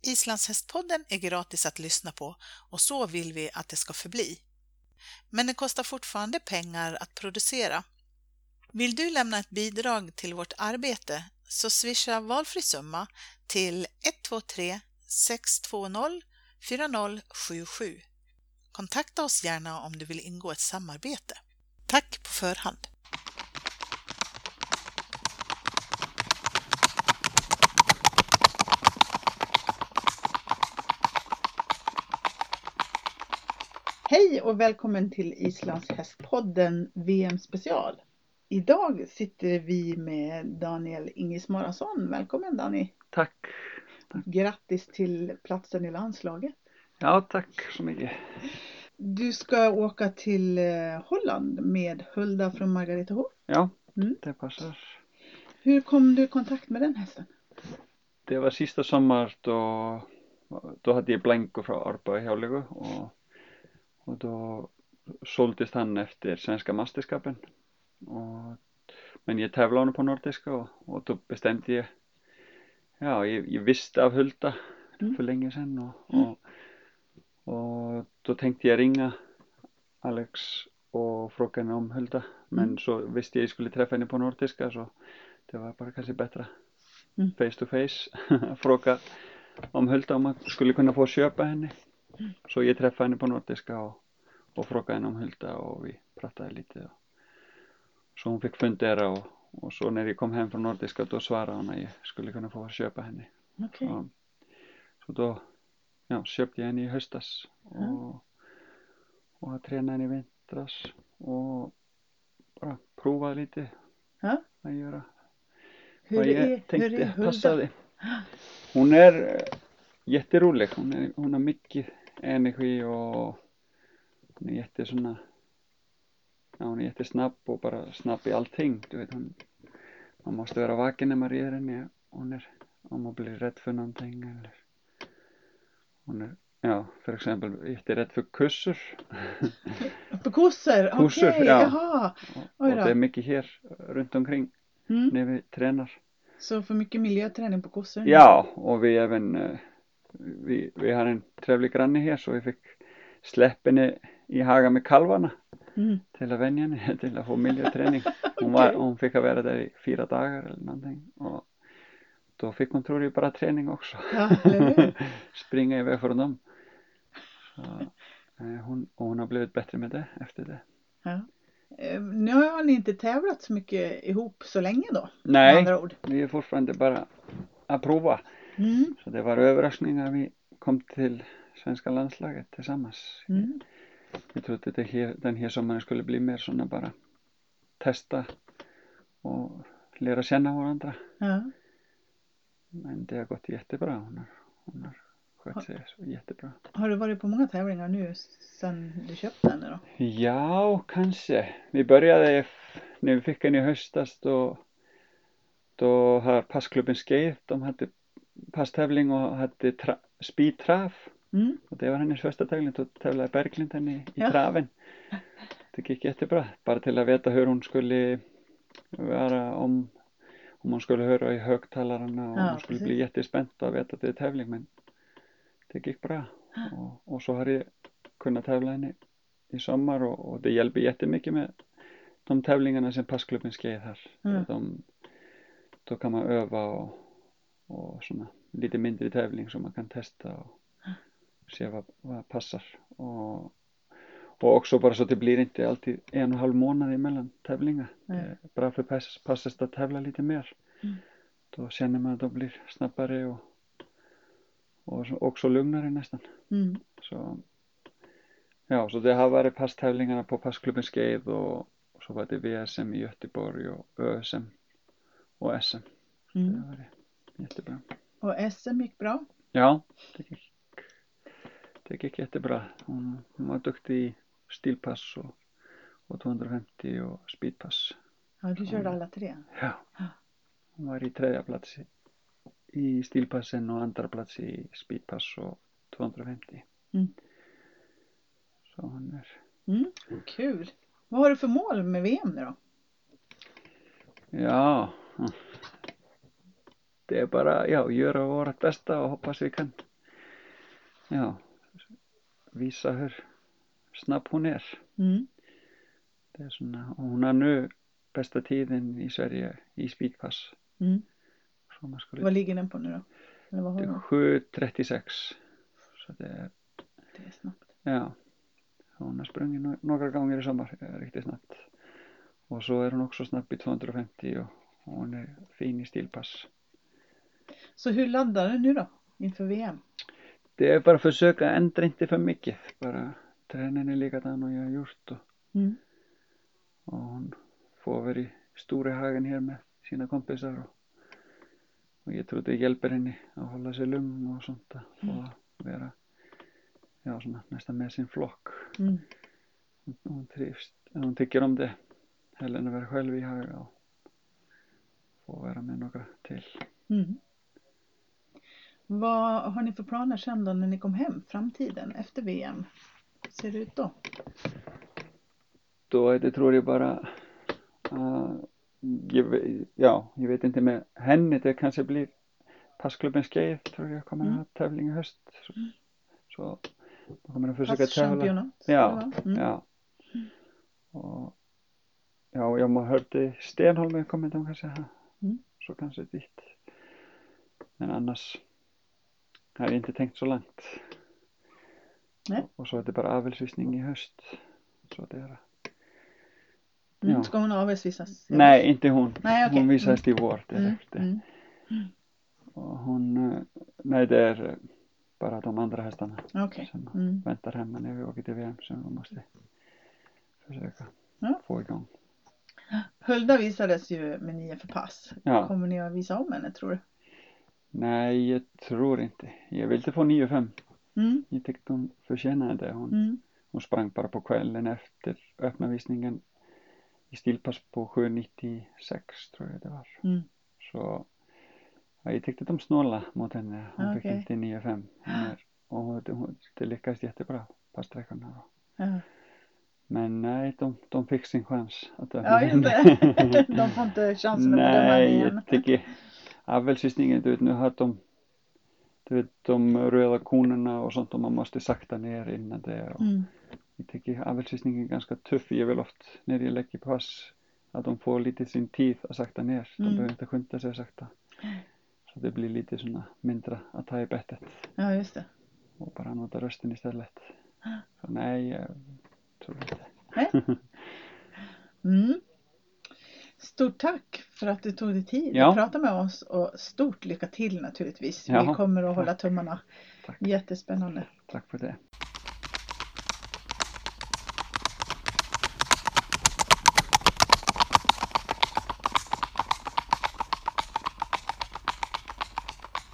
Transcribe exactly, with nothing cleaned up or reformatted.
Islandshästpodden är gratis att lyssna på och så vill vi att det ska förbli. Men det kostar fortfarande pengar att producera. Vill du lämna ett bidrag till vårt arbete så swisha valfri summa till ett två tre sex två noll fyra noll sju sju. Kontakta oss gärna om du vill ingå ett samarbete. Tack på förhand! Hej och välkommen till Islandshästpodden V M special. Idag sitter vi med Daniel Ingismarason. Välkommen Dani. Tack. tack. Grattis till platsen i landslaget. Ja, tack så mycket. Du ska åka till Holland med Hulda från Margaretehof. Ja, mm. det passar. Hur kom du i kontakt med den hästen? Det var sista sommar då, då hade jag Blanco från Arpa i Hjälego och, och då såldes han efter svenska mästerskapen. Och, men jag tävlade honom på nordiska och, och då bestämde jag, ja, jag, jag visste av Hulda mm. för länge sedan och, och, och då tänkte jag ringa Alex och fråga henne om Hulda. Men mm. så visste jag jag skulle träffa henne på nordiska så det var bara kanske bättre mm. face to face fråga om Hulda om man skulle kunna få köpa henne. Mm. Så jag träffade henne på nordiska och, och frågade henne om Hulda och vi pratade lite. Och, så hon fick fundera och, och så när jag kom hem från nordiska då svarade hon att jag skulle kunna få köpa henne. Okay. Så, så då ja, köpte jag henne i höstas och, mm. och har tränat henne i vintras och bara prova lite ja. att göra. Hur vad jag är, tänkte hur är Hulda? Passade. Hon är jätterolig. Hon, är, hon har mycket energi och hon är jätte såna, ja, hon är jättesnabb och bara snabb i allting. Du vet, hon, man måste vara vaken när man rider henne. Hon är, om man blir rädd för någonting. Eller, hon är, ja, för exempel jätterädd för kussor. För kossor? Kossor, okej. ja. Jaha. Och, och det är mycket här runt omkring mm. när vi tränar. Så för mycket miljöträning på kossor? Ja, och vi även vi, vi har en trevlig granne här så vi fick släppa henne i hagen med kalvarna mm. till att vänja henne till att få miljöträning. Hon, var, hon fick vara där i fyra dagar eller någonting och då fick hon tror jag bara träning också. Ja, eller springa iväg från dem. Så, eh, hon, och hon har blivit bättre med det efter det. Ja. Nu har ni inte tävlat så mycket ihop så länge då? Nej, andra ord. vi är fortfarande bara att prova. Mm. Så det var överraskningar vi kom till svenska landslaget tillsammans. Mm. Jag trodde att det här, den här sommaren skulle bli mer sådana bara testa och lära känna varandra. Ja. Men det har gått jättebra. Hon har, hon har skött sig så jättebra. Har du varit på många tävlingar nu sedan du köpte henne då? Ja, kanske. Vi började när vi fick henne i höstas då, då har passklubben Skate, de hade passtävling och hade tra- speedtraf. Mm. Och det var hennes första tävling, då tävlade Berglind henne i, i ja. traven. Det gick jättebra, bara till att veta hur hon skulle vara om, om hon skulle höra i högtalarna och ja, hon skulle precis. bli jättespänt att veta att det är tävling, men det gick bra. Och, och så har jag kunnat tävla henne i sommar och, och det hjälper jättemycket med de tävlingarna som passklubben Skate här. Mm. De, då kan man öva och, och såna lite mindre tävling som man kan testa och se vad, vad passar och, och också bara så att det blir inte alltid en och en halv månad emellan tävlingar. Mm. Det är bra för pass, passast att tävla lite mer. Mm. Då känner man att det blir snabbare och, och så, också lugnare nästan. Mm. Så, ja, så det har varit passtävlingarna på passklubben Skate och, och så var det V S M i Göteborg och Ö S M och S M. Mm. Det var jättebra. Och S M gick bra? Ja, det gick. Det gick jättebra. Hon, hon var duktig i stilpass och, och tvåhundrafemtio och speedpass. Ja, du körde alla tre? Ja. Hon var i tredje plats i, i stilpassen och andra plats i speedpass och tvåhundrafemtio. Mm. Så hon är... Mm, kul. Vad har du för mål med V M nu då? Ja. Det är bara ja, göra vårt bästa och hoppas vi kan ja, visa hur snabb hon är. Mm. Det är såna, och hon har nu bästa tiden i Sverige i speedpass. Mm. Så man skulle, Vad ligger den på nu då? Eller vad har det är du? sju trettiosex. Så det är, Det är snabbt. ja, hon har sprungit no- några gånger i sommar eh, riktigt snabbt. Och så är hon också snabb i tvåhundrafemtio och, och hon är fin i stilpass. Så hur laddar du nu då inför V M? Det är bara att försöka ändra inte för mycket. Bara träningen är likadan och jag har gjort. Och, Mm. och hon får vara i stora hagen här med sina kompisar. Och, och jag tror det hjälper henne att hålla sig lugn och sånt där. Få vara, ja, såna, nästan med sin flock. Mm. Hon, hon trivs. Hon tycker om det. Hellre än att vara själv i hagen och få vara med några till. Mm. Vad har ni för planer sen då när ni kom hem? Framtiden efter V M? Hur ser det ut då? Då är det, tror jag, bara uh, jag, ve- ja, jag vet inte med henne, det kanske blir passklubben Skate, tror jag kommer att ha tävling i höst. Så, så då kommer jag försöka tävla. Passchampionat? Ja, Mm. ja. Och, ja, och jag har hört det Stenholmen kommer de kanske ha. Mm. Så kanske dit. Men annars har jag inte tänkt så långt. Nej. Och så är det bara avelsvisning i höst. Så det är, Mm. ja. Ska hon avelsvisas? Nej, inte hon. Nej, okej. Hon visas till vår Mm. direkt. Mm. Och hon, eh, nej, det är eh, bara de andra hästarna Okej. som Mm. väntar hemma när vi åker till V M. Så vi måste försöka Ja. få igång. Hulda visades ju med nio för pass. Ja. Kommer ni att visa om henne, tror du? Nej, jag tror inte. Jag vill inte få nio fem. Mm. Jag tyckte hon förtjänade det. Hon, Mm. hon sprang bara på kvällen efter öppna visningen i stilpass på sju nittiosex, tror jag det var. Mm. Så ja, jag tyckte de snåla mot henne. Hon fick Okej. inte nio fem. Mer. Och hon, hon, det lyckades jättebra på sträckorna. Ja. Men nej, de, de fick sin chans att döma Ja, just henne. det. De får inte chansen att bedöma henne Nej, igen. jag tycker avelsvisningen, du vet, nu har de, du vet, de röda konerna och sånt, och man måste sakta ner innan det. Och Mm. jag tycker avelsvisningen är ganska tuff. Jag vill ofta när jag lägger pass att de får lite sin tid att sakta ner. De Mm. behöver inte skynda sig sakta. Så det blir lite såna mindre att ta i bettet. Ja, just det. Och bara nota rösten istället. Så nej, jag tror inte. Nej. Mm. Stort tack för att du tog dig tid Ja. att prata med oss, och stort lycka till naturligtvis. Vi Jaha, kommer att tack. hålla tummarna. Tack. Jättespännande. Tack för det.